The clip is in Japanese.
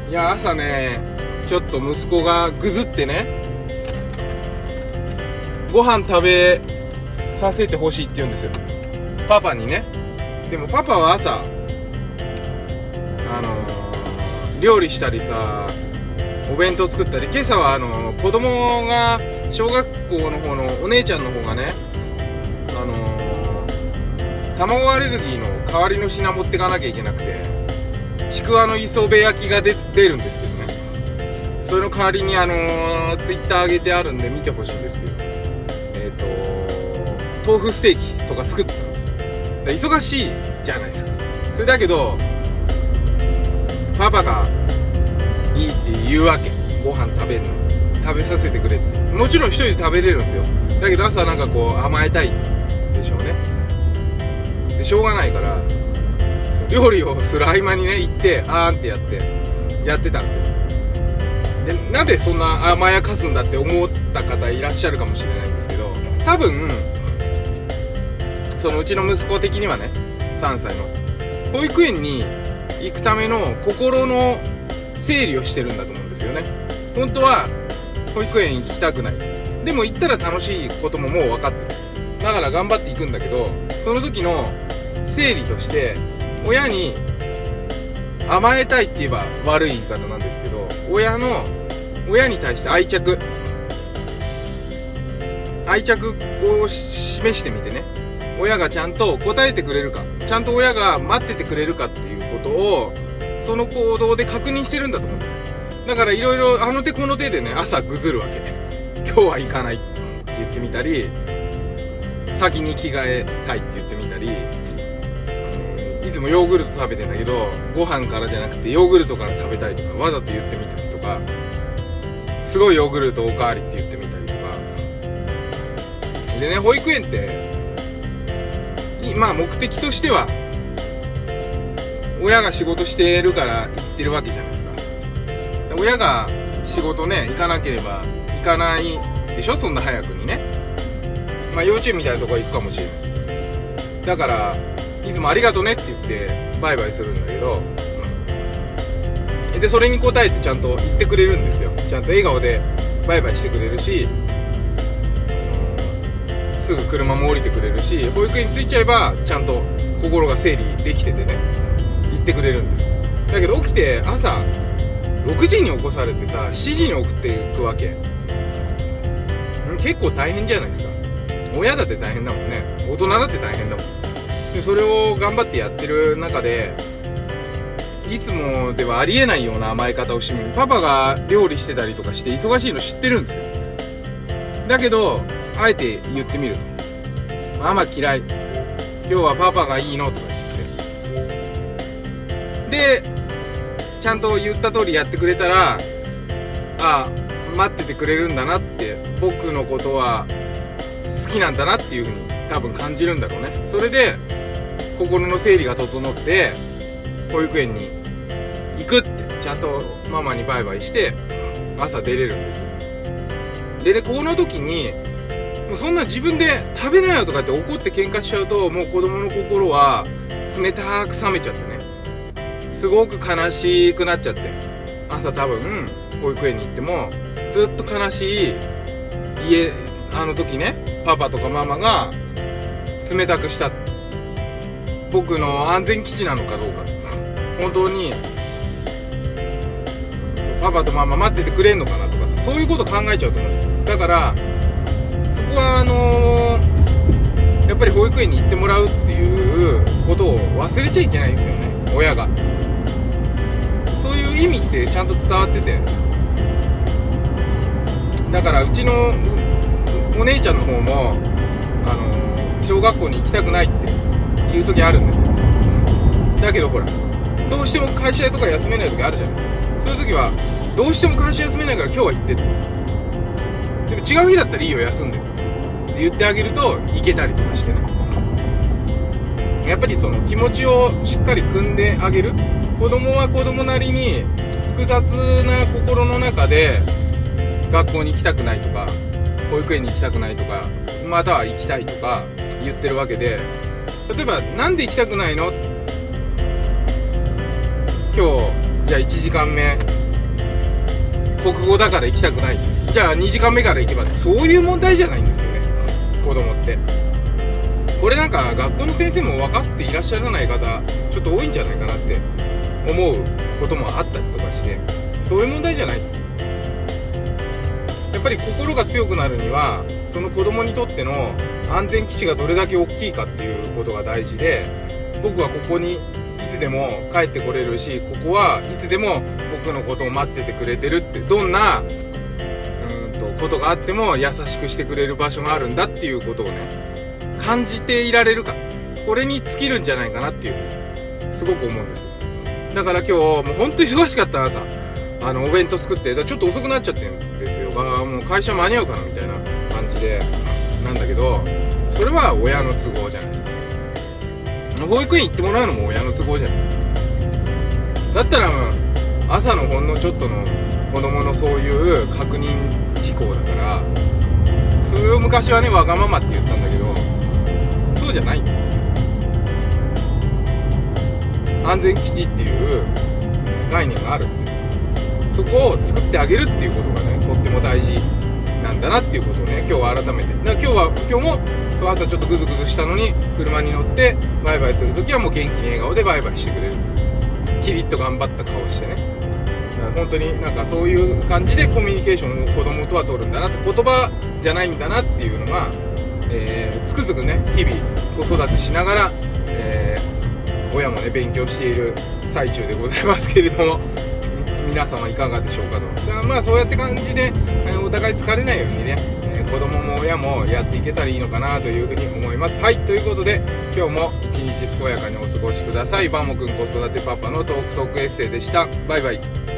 いや朝ねちょっと息子がぐずってねご飯食べさせてほしいって言うんですよ、パパにね。でもパパは朝料理したりさ、お弁当作ったり、今朝は子供が小学校の方のお姉ちゃんの方がね卵アレルギーの代わりの品持ってかなきゃいけなくて、ちくわの磯辺焼きが出るんですけどね、それの代わりにツイッター上げてあるんで見てほしいんですけど、豆腐ステーキとか作ってたんですよ。忙しいじゃないですか。それだけどパパがいいって言うわけ、ご飯食べさせてくれって。もちろん一人で食べれるんですよ。だけど朝なんかこう甘えたいでしょうね。でしょうがないから料理をする合間にね行ってあーんってやってたんですよ。でなんでそんな甘やかすんだって思った方いらっしゃるかもしれないんですけど、多分そのうちの息子的にはね、3歳の保育園に行くための心の整理をしてるんだと思うんですよね。本当は保育園行きたくない、でも行ったら楽しいことももう分かってる、だから頑張って行くんだけど、その時の整理として親に甘えたいって言えば悪い言い方なんですけど、親に対して愛着を示してみてね、親がちゃんと答えてくれるか、ちゃんと親が待っててくれるかっていうことをその行動で確認してるんだと思うんですよ。だからいろいろあの手この手でね朝ぐずるわけ今日は行かないって言ってみたり、先に着替えたいって言ってみたり、いつもヨーグルト食べてんだけどご飯からじゃなくてヨーグルトから食べたいとかわざと言ってみたりとか、すごいヨーグルトおかわりって言ってみたりとかでね、保育園ってまあ目的としては親が仕事してるから行ってるわけじゃないですか。親が仕事ね行かなければ行かないでしょ、そんな早くにね。まあ幼稚園みたいなとこは行くかもしれない。だからいつもありがとねって言ってバイバイするんだけど、でそれに応えてちゃんと言ってくれるんですよ。ちゃんと笑顔でバイバイしてくれるし、すぐ車も降りてくれるし、保育園に着いちゃえばちゃんと心が整理できててね言ってくれるんです。だけど起きて朝6時に起こされてさ、7時に送っていくわけ。結構大変じゃないですか。親だって大変だもんね、大人だって大変だもん。でそれを頑張ってやってる中でいつもではありえないような甘え方をしてみる。パパが料理してたりとかして忙しいの知ってるんですよ。だけどあえて言ってみると、ママ嫌い、今日はパパがいいのとか言ってでちゃんと言った通りやってくれたら、あ待っててくれるんだなって、僕のことは好きなんだなっていう風に多分感じるんだろうね。それで心の整理が整って保育園に行くってちゃんとママにバイバイして朝出れるんですよ。でね、この時にもうそんな自分で食べなよとかって怒って喧嘩しちゃうと、もう子供の心は冷たく冷めちゃってね、すごく悲しくなっちゃって、朝多分保育園に行ってもずっと悲しいあの時ねパパとかママが冷たくした、僕の安全基地なのかどうか、本当にパパとママ待っててくれんのかなとかさ、そういうこと考えちゃうと思うんですよ。だからそこはやっぱり保育園に行ってもらうっていうことを忘れちゃいけないんですよね、親が。そういう意味ってちゃんと伝わってて、だからうちのお姉ちゃんの方も小学校に行きたくないっていう時あるんですよ。だけどほらどうしても会社とか休めない時あるじゃないですか。そういう時はどうしても会社休めないから今日は行ってって、でも違う日だったらいいよ休んでって言ってあげると行けたりとかしてね。やっぱりその気持ちをしっかり汲んであげる。子供は子供なりに複雑な心の中で学校に行きたくないとか保育園に行きたくないとか、または行きたいとか言ってるわけで、例えばなんで行きたくないの、今日じゃあ1時間目国語だから行きたくない。じゃあ2時間目から行けばって、そういう問題じゃないんですよね、子供って。これなんか学校の先生も分かっていらっしゃらない方ちょっと多いんじゃないかなって思うこともあったりとかして、そういう問題じゃない。やっぱり心が強くなるには、その子供にとっての安全基地がどれだけ大きいかっていうことが大事で、僕はここにいつでも帰ってこれるし、ここはいつでも僕のことを待っててくれてるって、どんなことがあっても優しくしてくれる場所があるんだっていうことをね、感じていられるか、これに尽きるんじゃないかなっていうすごく思うんです。だから今日もう本当に忙しかった朝、お弁当作って、ちょっと遅くなっちゃってるんですよ。もう会社間に合うかなみたいな感じでなんだけど、それは親の都合じゃないですか。保育園行ってもらうのも親の都合じゃないですか。だったら朝のほんのちょっとの子供のそういう確認事項だから、それを昔はねわがままって言ったんだけど、そうじゃないんですよ。安全基地っていう概念があるって、そこを作ってあげるっていうことがね、とっても大事なんだなっていうことをね、今日は改めて。だから今日もそう朝ちょっとグズグズしたのに車に乗ってバイバイするときはもう元気に笑顔でバイバイしてくれる。キリッと頑張った顔してね。本当になんかそういう感じでコミュニケーションを子供とは取るんだなって、言葉じゃないんだなっていうのが、つくづくね日々子育てしながら、親もね勉強している最中でございますけれども、皆様いかがでしょうかと。だからまあそうやって感じでお互い疲れないようにね、子供も親もやっていけたらいいのかなというふうに思います。はい、ということで今日も一日健やかにお過ごしください。バモくん子育てパパのトークエッセイでした。バイバイ。